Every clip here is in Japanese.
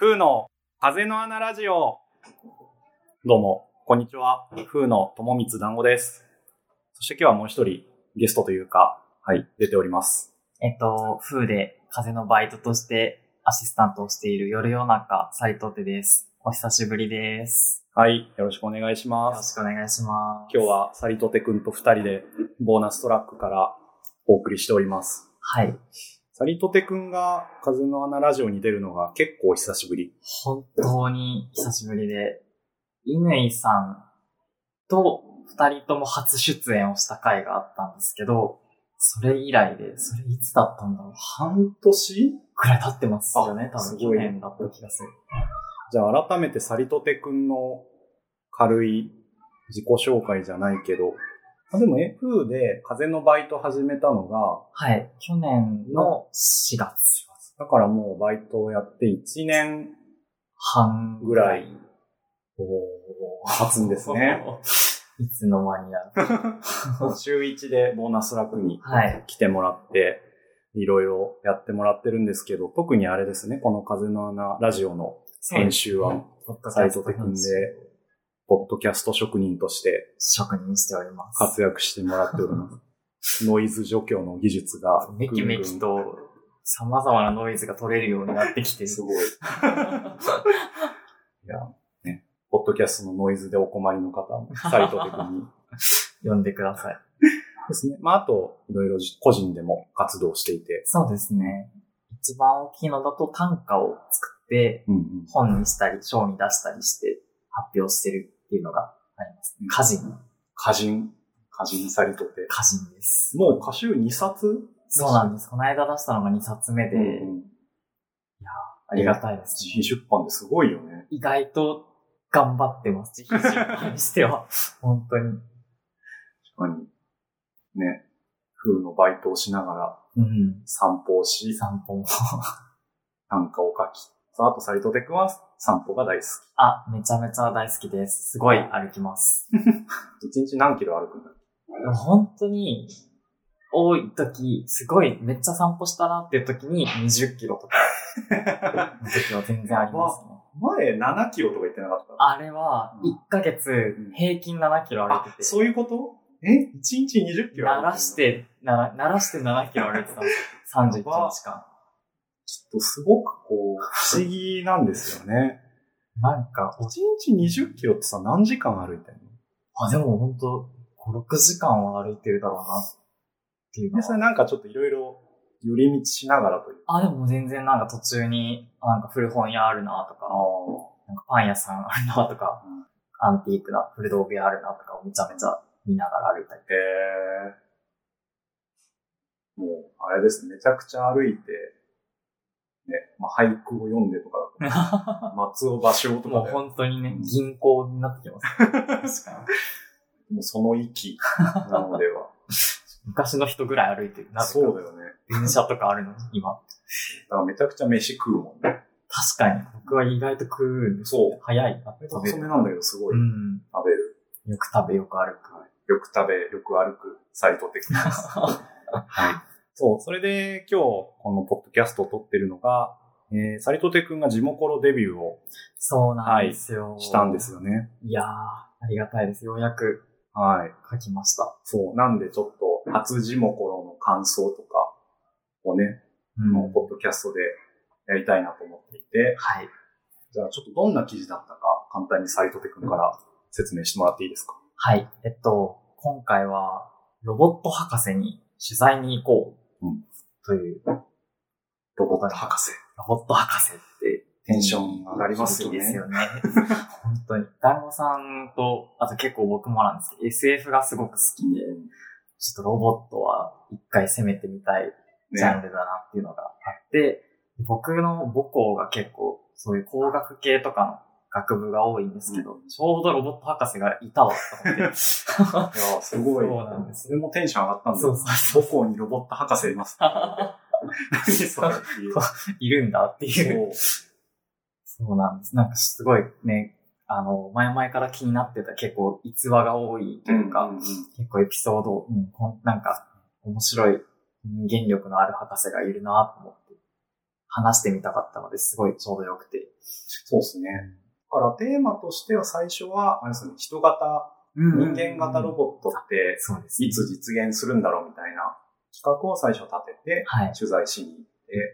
風の風の穴ラジオ。どうもこんにちは。風の友光団子です。そして今日はもう一人ゲストというか、出ております。 風で風のバイトとしてアシスタントをしている夜夜中斉藤手です。お久しぶりです。 はい、よろしくお願いします。 よろしくお願いします。 今日は斉藤手くんと二人でボーナストラックからお送りしております。 はい。 斉藤手くんが風の穴ラジオに出るのが結構久しぶり。 本当に久しぶりで、乾さんと二人とも初出演をした回があったんですけど、それ以来で、それいつだったんだろう。 半年くらい経ってますよね。多分すごい去年だった気がする。 じゃあ改めて斉藤手くんの軽い自己紹介じゃないけど、でも風で風のバイト始めたのが、 はい、去年の4月。 だからもうバイトをやって1年半ぐらい経つんですね。 いつの間にや週1でボーナスラックに来てもらって、いろいろやってもらってるんですけど、特にあれですね、この風の穴ラジオの編集は斉藤手くんで、ポッドキャスト職人として職人しております。 活躍してもらっております。ノイズ除去の技術がめきめきと様々なノイズが取れるようになってきてる。 すごい。いや、ね、ポッドキャストのノイズでお困りの方も斉藤手くんに呼んでください。 ですね。あといろいろ個人でも活動していて。 そうですね。一番大きいのだと短歌を作って、本にしたり章に出したりして発表してるっていうのがありますね。歌人斉藤手。 歌人です。 もう歌集2冊？ そうなんです。この間出したのが2冊目で、いやありがたいですね。 自費出版ですごいよね。 意外と頑張ってます。自費出版にしては。本当に。 確かに。ね。風のバイトをしながら、散歩をし、短歌を書き。あと斉藤手くんは散歩が大好き。 めちゃめちゃ大好きです。すごい歩きます。 一日何キロ歩くんだろう？本当に、多い時、すごいめっちゃ散歩したなっていう時に20キロとかの時は全然ありますね。 前7キロとか言ってなかった？ あれは1ヶ月平均7キロ歩いてて。 そういうこと？1日20キロ鳴らして7キロ歩いてたんですよ。31日間。 ちょっとすごく不思議なんですよね。 なんか、 1日20キロってさ、何時間歩いてんの？ でもほんと、5、6時間は歩いてるだろうなっていうのは。 で、それなんかちょっといろいろ寄り道しながらという。 でも全然なんか途中に、なんか古本屋あるなとか、なんかパン屋さんあるなとか、アンティークな古道具屋あるなとかをめちゃめちゃ見ながら歩いたり。 もう、あれですね、めちゃくちゃ歩いて、ね、俳句を読んでとかだと、松尾芭蕉とかもう本当にね、銀行になってきます。確かに。もうその域なのでは。 昔の人ぐらい歩いてるな。 そうだよね。 電車とかあるの、今。 だからめちゃくちゃ飯食うもんね。 確かに。僕は意外と食うんです。そう。早い。 食べる。遅めなんだけど、すごい。食べる。 よく食べ、よく歩く。 よく食べ、よく歩く、斉藤手くんです。はい。そう。それで今日、このポッドキャストを撮ってるのが、斉藤手くんが地元コロデビューを。 そうなんですよ。 したんですよね。 いやー、ありがたいです。ようやく。書きました。 そう。なんでちょっと、初地元コロの感想とかをね、ポッドキャストでやりたいなと思っていて。 はい。 じゃあちょっとどんな記事だったか、簡単に斉藤手くんから説明してもらっていいですか？ はい。今回は、ロボット博士に取材に行こう。という。 ロボット博士ってテンション上がりますよね。 ですよね。本当に。団子さんと、あと結構僕もなんですけど、SF がすごく好きで、ちょっとロボットは一回攻めてみたいジャンルだなっていうのがあって、僕の母校が結構そういう工学系とかの学部が多いんですけど、ちょうどロボット博士がいたわと思って。いや、 すごい。 そうなんです。 それもテンション上がったんで。 そう。 母校にロボット博士います。何それっていう。 いるんだっていう。そうなんです。なんかすごいね、前々から気になってた結構逸話が多いというか、結構エピソード、なんか面白い人間力のある博士がいるなと思って。 話してみたかったので、すごいちょうどよくて。 そうですね。だからテーマとしては最初は、あれですね、人型、人間型ロボットって、いつ実現するんだろうみたいな企画を最初立てて、取材しに行って、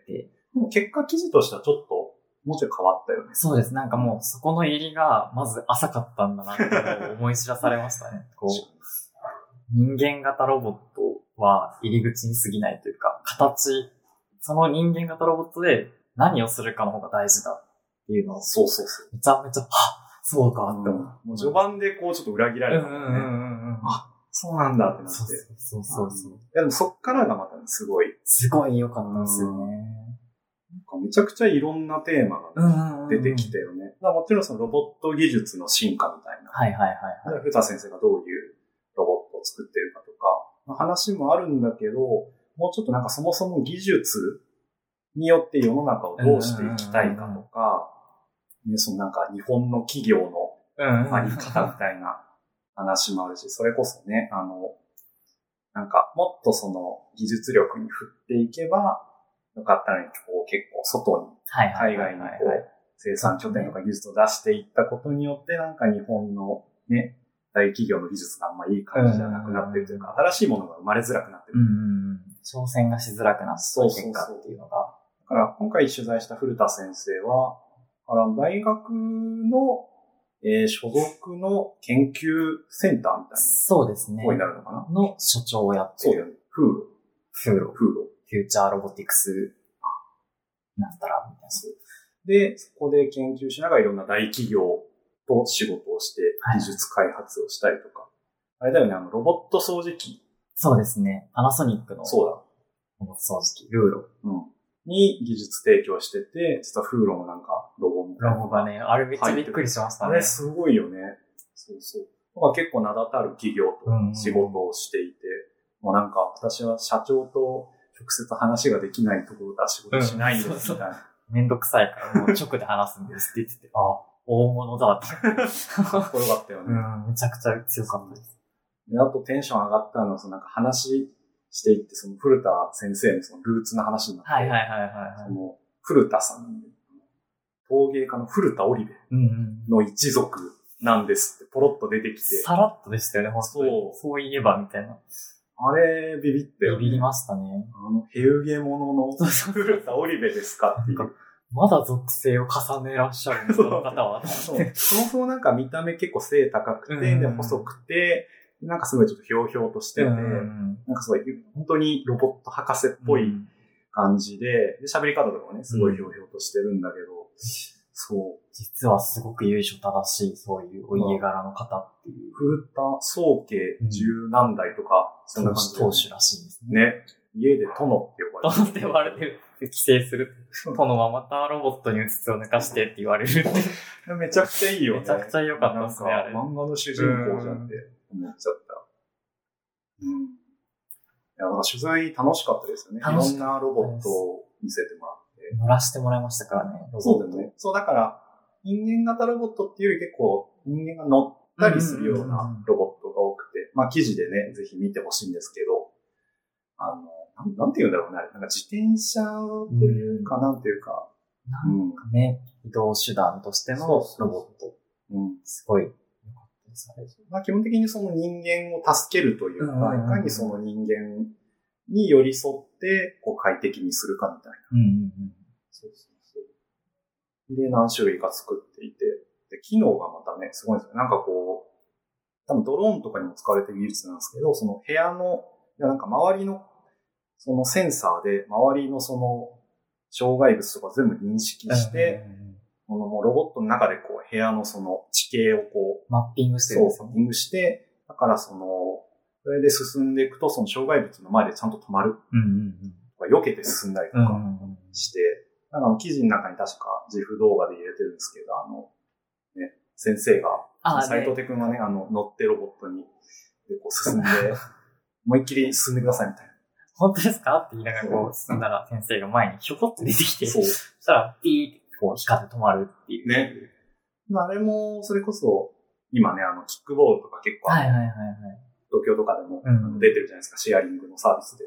でも結果記事としてはちょっと、もうちょい変わったよね。 そうです。なんかもう、そこの入りが、まず浅かったんだなっていうのを思い知らされましたね。こう、人間型ロボットは入り口に過ぎないというか、その人間型ロボットで何をするかの方が大事だっていうのを、 そう。 めちゃめちゃ、そうかって思う。 もう序盤でこうちょっと裏切られたもんね。そうなんだってなって。 そう。 いやでもそっからがまたすごい良かったんですよね。 めちゃくちゃいろんなテーマが出てきたよね。もちろんそのロボット技術の進化みたいな。古田先生がどういうロボットを作ってるかとか、話もあるんだけど、もうちょっとなんかそもそも技術によって世の中をどうしていきたいかとか、そのなんか日本の企業のあり方みたいな話もあるし、それこそね、なんかもっとその技術力に振っていけば、よかったのに、こう結構外に、海外にこう生産拠点とか技術を出していったことによって、なんか日本のね、大企業の技術があんまいい感じじゃなくなってるというか、新しいものが生まれづらくなってる。 挑戦がしづらくなった結果っていうのが。 だから今回取材した古田先生は、大学の、所属の研究センターみたいな。 そうですね。 こうになるのかなの所長をやってる。 そうだよね。フーロ。 フューチャーロボティクスなんたらみたいな。 で、そこで研究しながらいろんな大企業と仕事をして技術開発をしたりとか。あれだよね、ロボット掃除機。 そうですね。パナソニックの。 そうだ。 ロボット掃除機、ルーロ。 に技術提供してて、実はフーロのなんかロゴみたいな。 ロゴがね、あれめっちゃびっくりしましたね。 あれすごいよね。そう。結構名だたる企業と仕事をしていて、もうなんか私は社長と直接話ができないところでは仕事しないんですみたいな。 めんどくさいからもう直で話すんですって言ってて、大物だって。 かっこよかったよね。 めちゃくちゃ強かったです。 であとテンション上がったのは、なんか話していって、その古田先生のそのルーツの話になって、その古田さん、陶芸家の古田織部の一族なんですってポロッと出てきて。 さらっとでしたよね、本当に。そういえばみたいな。 あれ、ビビったよね。 ビビりましたね。 ヘウゲモノの古田織部ですかっていう。 まだ属性を重ねらっしゃるんです、その方は。 そもそもなんか見た目結構背高くて、で細くて、なんかすごいちょっとひょうひょうとしてて、なんかすごい本当にロボット博士っぽい感じで、喋り方とかもね、すごいひょうひょうとしてるんだけど、そう。 実はすごく由緒正しい、そういうお家柄の方っていう。 古田宗家十何代とか、 そんな感じ。当主らしいですね。ね。家で殿って呼ばれてる。 殿って呼ばれてる。規制する。殿はまたロボットにうつつを抜かしてって言われる。 めちゃくちゃいいよね。 めちゃくちゃ良かったですね、あれ。 漫画の主人公じゃんって思っちゃった。いや、取材楽しかったですよね。いろんなロボットを見せてもらって。 乗らせてもらいましたからね。 そうだよね。そう、だから、人間型ロボットっていうより結構人間が乗ったりするようなロボットが多くて、まあ記事でね、ぜひ見てほしいんですけど、なんて言うんだろうね。なんか自転車というか、なんていうか。 なんかね、移動手段としてのロボット。すごい良かったですね。 まあ基本的にその人間を助けるというか、いかにその人間に寄り添って、こう快適にするかみたいな。そう。で、何種類か作っていて、で、機能がまたね、すごいんですよ。なんかこう、多分ドローンとかにも使われている技術なんですけど、その部屋の、なんか周りの、そのセンサーで、周りのその、障害物とか全部認識して、もうロボットの中でこう、部屋のその地形をこう、 マッピングしてるんですよね。 マッピングして、だからそれで進んでいくと、その障害物の前でちゃんと止まる。避けて進んだりとかして、なんか記事の中に確か自負動画で入れてるんですけど、ね、先生が、斉藤手君がね、乗ってロボットに、で、こう進んで、思いっきり進んでくださいみたいな。 本当ですかって言いながらこう進んだら先生が前にひょこって出てきて、そしたらピーってこう光って止まるっていう。 ね。あれも、それこそ、今ね、キックボールとか結構、東京とかでも出てるじゃないですか、シェアリングのサービスで。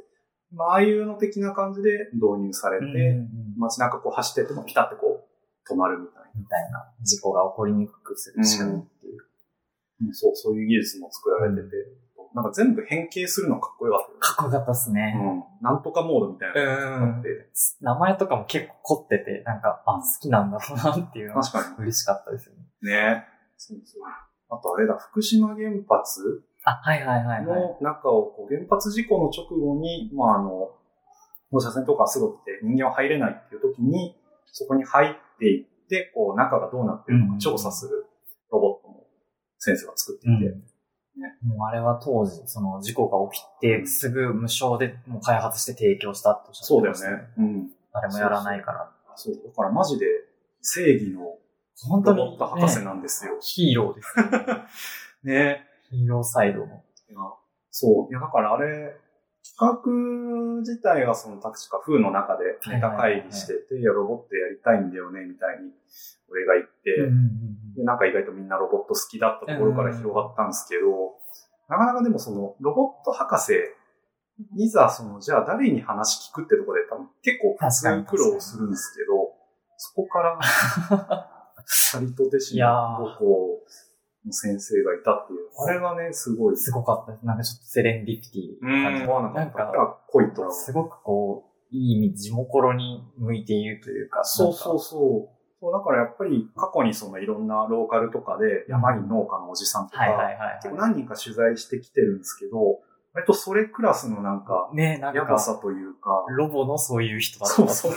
まあ、ああいうの的な感じで導入されて、街中こう走っててもピタってこう止まるみたいな。 みたいな事故が起こりにくくする仕組みっていう。 そういう技術も作られてて、なんか全部変形するのかっこよかったよね。 かっこよかったっすね。 なんとかモードみたいなのがあって。 名前とかも結構凝ってて、なんか、好きなんだろうなっていうのが確かに嬉しかったですよね。 ね。そう。あとあれだ、福島原発の中をこう原発事故の直後に、放射線とかすごくて人間は入れないっていう時に、そこに入っていって、こう中がどうなってるのか調査するロボットも先生が作っていて。 もうあれは当時、その事故が起きて、すぐ無償でもう開発して提供したっておっしゃってましたね。そうだよね。誰もやらないから。 そう。だからマジで正義のロボット博士なんですよ。 ヒーローですね。 ね。 ヒーローサイドの。 そう。いや、だからあれ、企画自体はその確か風の中でネタ会議してて、いや、ロボットやりたいんだよね、みたいに俺が言って、で、なんか意外とみんなロボット好きだったところから広がったんですけど、なかなかでもそのロボット博士、いざじゃあ誰に話聞くってところで多分結構普通に苦労するんですけど、そこから、ハリトテシの母校の先生がいたっていう。あれがね、すごかったです。なんかちょっとセレンディピティ感じ。 なんか濃いと。 すごくこう、いい意味で地元に向いているというか。 そう。だからやっぱり過去にいろんなローカルとかで山に農家のおじさんとか、結構何人か取材してきてるんですけど、割とそれクラスのなんか、やばさというか。 ロボのそういう人だったそう。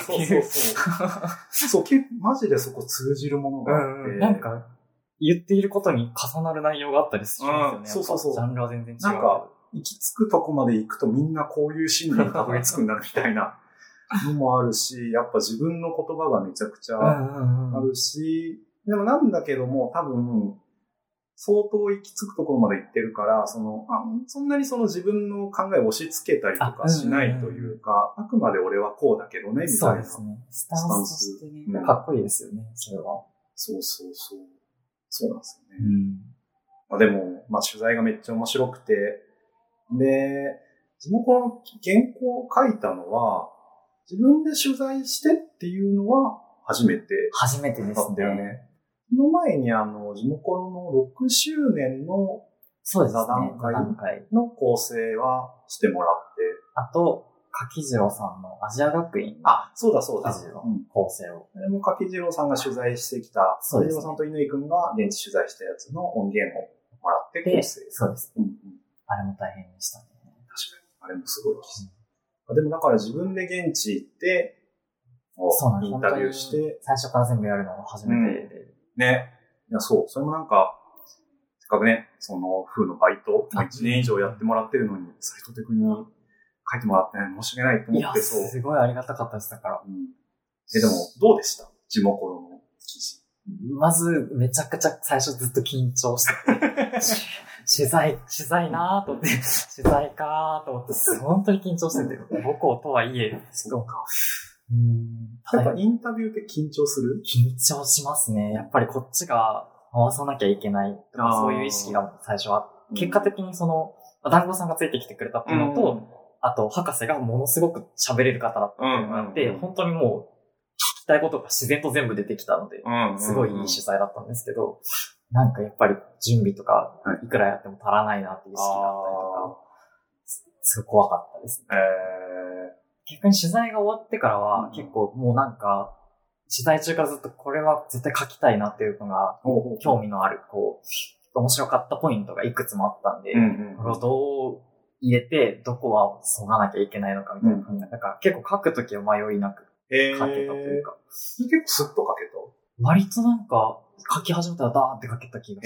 マジでそこ通じるものがあって。 なんか、言っていることに重なる内容があったりするんですよね。 そう。 ジャンルは全然違う。 なんか、行き着くとこまで行くとみんなこういう心理にたどり着くんだみたいなのもあるし、やっぱ自分の言葉がめちゃくちゃあるし、でもなんだけども多分、相当行き着くところまで行ってるから、そんなに自分の考えを押し付けたりとかしないというか、あくまで俺はこうだけどね、みたいな。 そうですね。スタンスとしてね、かっこいいですよね、それは。 そう。そうなんですよね。でも、取材がめっちゃ面白くて、で、地元の原稿を書いたのは、自分で取材してっていうのは初めてですね。その前に地元の6周年の座談会の構成はしてもらって。 あと、柿次郎さんのアジア学院。 そうだ。 構成を。 それも柿次郎さんが取材してきた、柿次郎さんと乾くんが現地取材したやつの音源をもらって構成。 そうです。あれも大変でしたね。 確かに。あれもすごいです。でもだから自分で現地行って、インタビューして。 最初から全部やるのが初めてで。 ね。いや、そう。それもなんか、せっかくね、風のバイト、1年以上やってもらってるのに、斉藤君に書いてもらって申し訳ないと思ってそう。 すごいありがたかったです、だから。 でも、どうでした地元の記事。 まず、めちゃくちゃ最初ずっと緊張してて。取材なぁと思って、取材かーと思って、本当に緊張してて、母校とはいえ、 そうか。やっぱインタビューって緊張する？ 緊張しますね。やっぱりこっちが回さなきゃいけないとか、そういう意識が最初は。結果的に団子さんがついてきてくれたっていうのと、あと、博士がものすごく喋れる方だったっていうのがあって、本当にもう、聞きたいことが自然と全部出てきたので、すごいいい取材だったんですけど、なんかやっぱり準備とか、いくらやっても足らないなっていう意識があったりとか、すごい怖かったですね。逆に取材が終わってからは、結構もうなんか、取材中からずっとこれは絶対書きたいなっていうのが、興味のある、面白かったポイントがいくつもあったんで、これをどう入れて、どこはそがなきゃいけないのかみたいな感じで、だから結構書くときは迷いなく書けたというか。 結構スッと書けた？ 割となんか、書き始めたらダーって書けた気がします。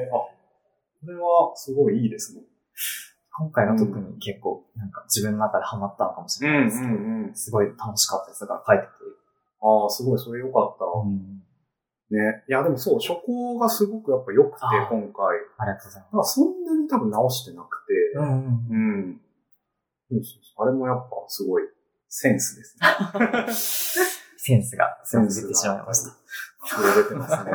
これはすごいいいですね。 今回は特に結構、なんか自分の中でハマったのかもしれないですけど、すごい楽しかったです。だから書いてて。 すごい、それ良かった。ね。いや、でもそう、初稿がすごくやっぱ良くて、今回。 ありがとうございます。 そんなに多分直してなくて。あれもやっぱすごい、センスですね。 センスが出てしまいました。 溢れ出てますね。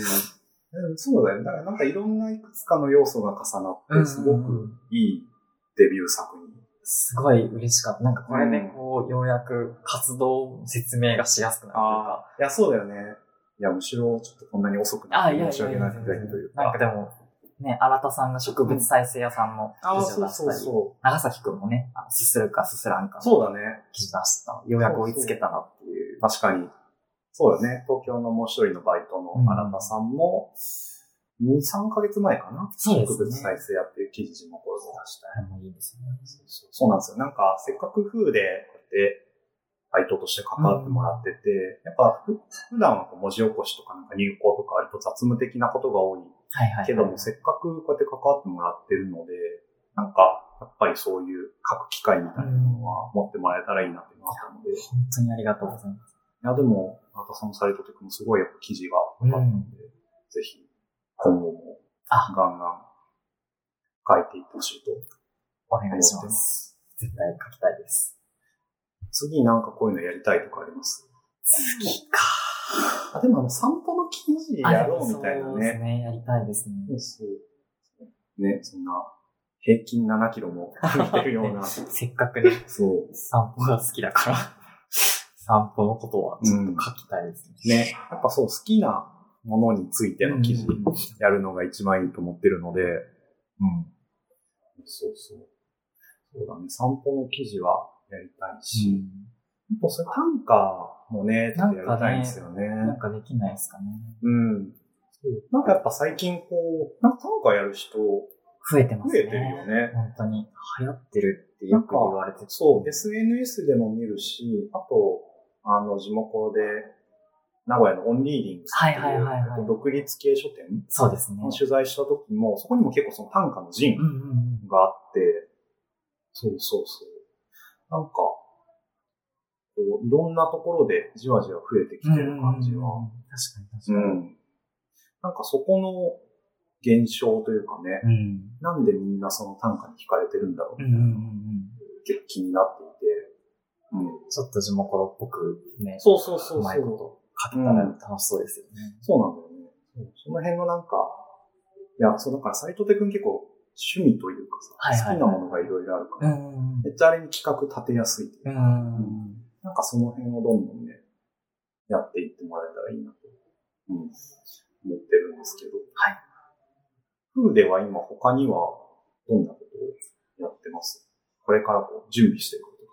そうだよね。だからなんかいろんないくつかの要素が重なって、すごくいいデビュー作に。 すごい嬉しかった。なんかこれでようやく活動説明がしやすくなるというか。 いや、そうだよね。いや、むしろちょっとこんなに遅くなって申し訳ないというか。 なんかでも、ね、新田さんが植物再生屋さんの記事を出したり、長崎くんもね、すするかすすらんかそうだね。 記事出してたの。ようやく追いつけたなっていう。 確かに。そうだね。東京のもう一人のバイトの新田さんも、2、3ヶ月前かな。 そうですね。 植物再生屋っていう記事もこれで出したい。 いいですね。 そうなんですよ。なんか、せっかく風で、こうやって、バイトとして関わってもらってて、やっぱ、普段は文字起こしとかなんか入稿とか割と雑務的なことが多い。けども、せっかくこうやって関わってもらってるので、なんか、やっぱりそういう書く機会みたいなのは持ってもらえたらいいなっていうのがあったので。 本当にありがとうございます。 いや、でも、新田さんのサイトテクもすごいやっぱ記事が良かったので、ぜひ、今後もガンガン書いていってほしいとお願いします。絶対書きたいです。 次なんかこういうのやりたいとかあります？ 次か。 でも散歩の記事やろうみたいなね。 そうですね、やりたいですね。 そうね、そんな平均7キロも歩いてるような。 せっかくね、 そう散歩が好きだから、散歩のことはちょっと書きたいですね。 ね、やっぱそう好きなものについての記事やるのが一番いいと思ってるので、そうだね、散歩の記事はやりたいし、それ短歌もね、ちょっとやりたいんですよね。 なんかできないですかね。 なんかやっぱ最近なんか短歌やる人、 増えてますね。 増えてるよね。 本当に。流行ってるってよく言われてて。 そう、SNS でも見るし、あと、地元で、名古屋のオンリーディングスっていう独立系書店そうですね。 取材した時も、そこにも結構その短歌の陣があって、なんか、いろんなところでじわじわ増えてきてる感じは。 確かに。 なんかそこの現象というかね、なんでみんなその短歌に惹かれてるんだろうみたいな結構気になっていて、 ちょっと地元っぽくね、 うまいこと書けたら楽しそうですよね。 そうなんだよね。その辺のなんか、いや、だから斎藤手くん結構趣味というかさ、好きなものがいろいろあるから、めっちゃあれに企画立てやすいというか、なんかその辺をどんどんね、やっていってもらえたらいいなと、思ってるんですけど。風では今他にはどんなことをやってます？これから準備していくこと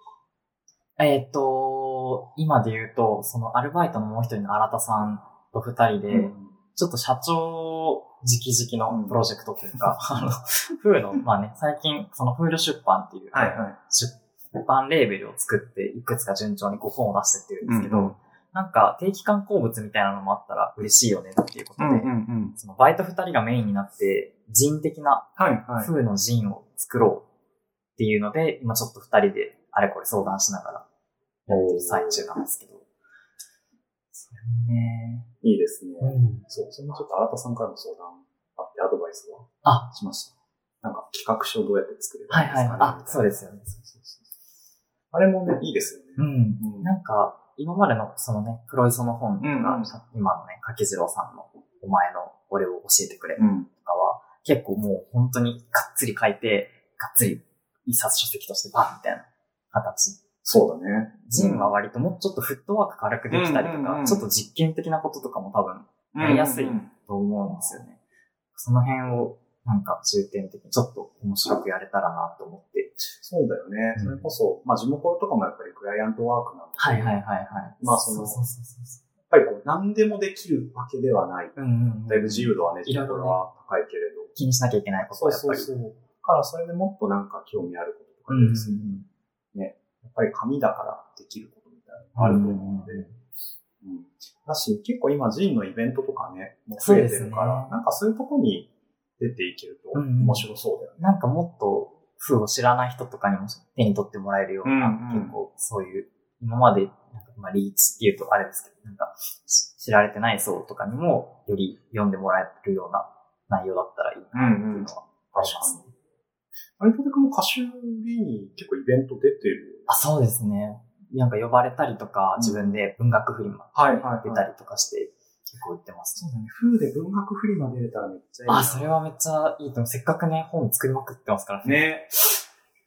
とか。今で言うと、そのアルバイトのもう一人の新田さんと二人で、ちょっと社長直々のプロジェクトというか、風の、最近、その風流出版っていう、出版レーベルを作って、いくつか順調に本を出してってるんですけど、なんか定期刊行物みたいなのもあったら嬉しいよねっていうことで、そのバイト二人がメインになって、人的な風の人を作ろうっていうので、今ちょっと二人であれこれ相談しながらやってる最中なんですけど。それもね。 いいですね。そう、それもちょっと新田さんからの相談あってアドバイスはしました。なんか企画書どうやって作ればいいですかね。 そうですよね。 あれもね、いいですよね。 なんか、今までのそのね、黒磯の本とか、今のね、柿次郎さんのお前の俺を教えてくれとかは、結構もう本当にがっつり書いて、がっつり一冊書籍としてバンみたいな形。 そうだね。 ジンは割ともうちょっとフットワーク軽くできたりとか、ちょっと実験的なこととかも多分やりやすいと思うんですよね。その辺をなんか重点的にちょっと面白くやれたらなと思って。 そうだよね。それこそ、地元とかもやっぱりクライアントワークなので。やっぱり何でもできるわけではない。だいぶ自由度はね、地元は高いけれど。 気にしなきゃいけないことはやっぱり。 だからそれでもっとなんか興味あることとかですね。やっぱり紙だからできることみたいなのがあると思うので。だし、結構今ジンのイベントとかね、もう増えてるから、なんかそういうとこに出ていけると面白そうだよね。 なんかもっと風を知らない人とかにも手に取ってもらえるような、結構そういう、今まで、リーチっていうとあれですけど、なんか知られてない層とかにもより読んでもらえるような内容だったらいいなっていうのはありますね。 有田君も歌手に結構イベント出てる？ そうですね。なんか呼ばれたりとか、自分で文学フリマ出たりとかして、結構売ってます。 そうだね。風で文学フリマ出れたらめっちゃいい。 それはめっちゃいいと思う。せっかくね、本作りまくってますからね。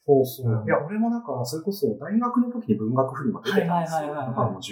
そうそう。いや、俺もなんか、それこそ大学の時に文学フリマ出てたんですよ。だからもう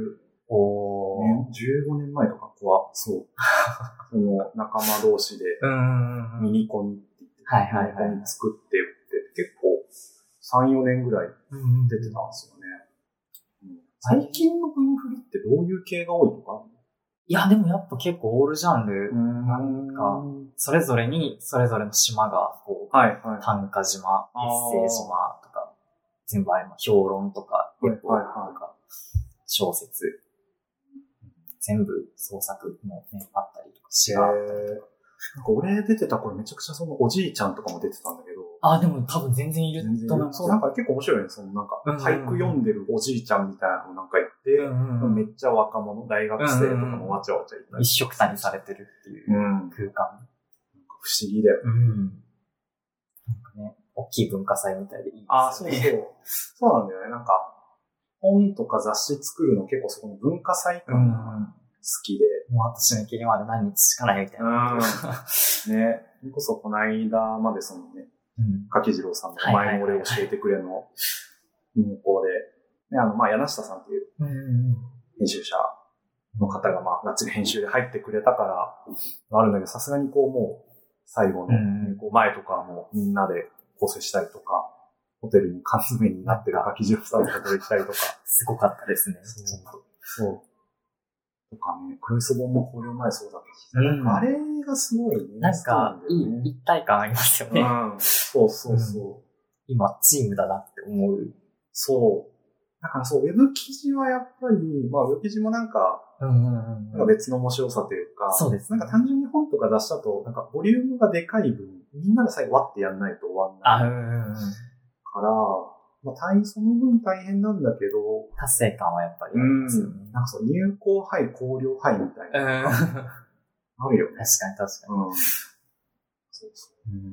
15年前とかそう。その仲間同士で、ミニコミって言って、ミニコミ作って売って結構3、4年ぐらい出てたんですよね。最近の文フリってどういう系が多いとかあるの？ いや、でもやっぱ結構オールジャンル、なんか、それぞれに、それぞれの島が、こう、短歌島、エッセイ島とか、全部あります。評論とか、エポとか、小説、全部創作もね、あったりとか、詩があったりとか。 なんか俺出てた頃めちゃくちゃそのおじいちゃんとかも出てたんだけど。 でも多分全然いると思います。 そう、なんか結構面白いね。そのなんか、俳句読んでるおじいちゃんみたいなのなんか言って、めっちゃ若者、大学生とかもわちゃわちゃいたり。 一緒くたにされてるっていう空間。なんか不思議だよ。 なんかね、大きい文化祭みたいでいいですね。 そうそう。そうなんだよね。なんか、本とか雑誌作るの結構そこの文化祭感が好きで。 もうあと締め切りまで何日しかないみたいな。 ね。それこそこの間までそのね、柿次郎さんのお前も俺教えてくれの運行で、ね、柳下さんっていう編集者の方ががっつり編集で入ってくれたからあるんだけど、さすがにこうもう最後の前とかはもうみんなで構成したりとか、ホテルに缶詰になってる柿次郎さんとかと行ったりとか。 すごかったですね。 そう。とかね、クルスボンもこれ前そうだったし、なんかあれがすごいね。 なんか、いい一体感ありますよね。 そうそうそう。 今、チームだなって思う。 そう。だからそう、ウェブ記事はやっぱり、ウェブ記事もなんか別の面白さというか、 そうです。 なんか単純に本とか出したと、なんかボリュームがでかい分、みんなで最後わってやんないと終わんない。から、その分大変なんだけど、 達成感はやっぱりありますよね。 なんかそう、入校杯、校了杯みたいな。あるよね。 確かに。 そうそう。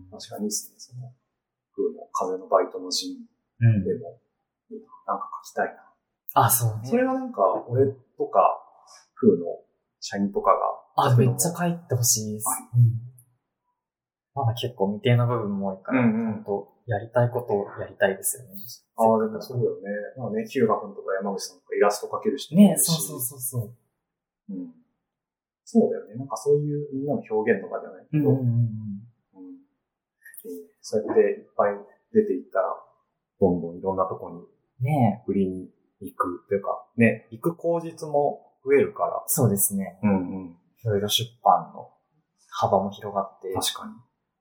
確かにですね、その、風の風のバイトの陣でも、なんか書きたいな。 そうね。 それはなんか、俺とか、風の社員とかが。 めっちゃ書いてほしいです。まだ結構未定の部分も多いから、本当やりたいことをやりたいですよね。 でもそうだよね。ヒューガ君とか山口さんとかイラスト描ける人もいるし。 そう。 そうだよね。なんかそういうみんなの表現とかじゃないけど、そうやっていっぱい出ていったら、どんどんいろんなとこに、売りに行くというか、行く口実も増えるから。 そうですね。いろいろ出版の幅も広がって。 確か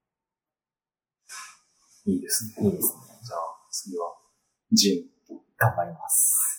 に。いいですね。じゃあ、次は、ジン。 頑張ります。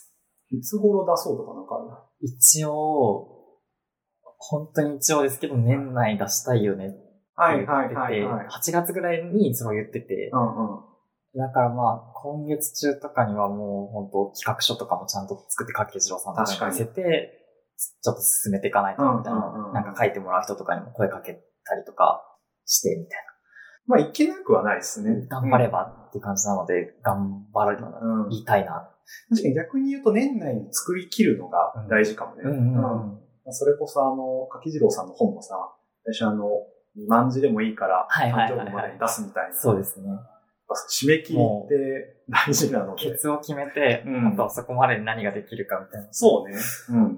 いつ頃出そうとかなんかある？ 一応、本当に一応ですけど、年内出したいよねって言ってて、8月ぐらいにそう言ってて、だから今月中とかにはもう本当企画書とかもちゃんと作って柿次郎さんとかに見せて、ちょっと進めていかないとみたいな、なんか書いてもらう人とかにも声かけたりとかしてみたいな。いけなくはないですね。 頑張ればっていう感じなので、頑張るのが言いたいな。 確かに逆に言うと年内に作り切るのが大事かもね。それこそ柿次郎さんの本もさ、最初2万字でもいいから誕生日までに出すみたいな。 そうですね。 締め切りって大事なので。 ケツを決めて、あとはそこまでに何ができるかみたいな。 そうね。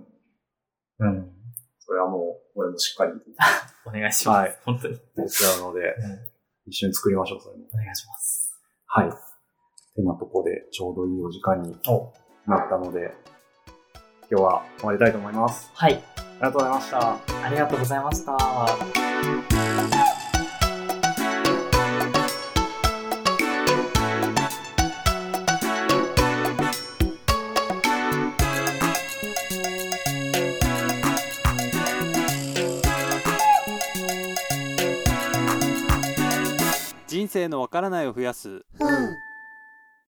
それはもう、俺もしっかり。 お願いします。本当に。 なので、一緒に作りましょう、それも。 お願いします。 はい。てなとこで、ちょうどいいお時間になったので、今日は終わりたいと思います。 はい。 ありがとうございました。 ありがとうございました。 人生のわからないを増やす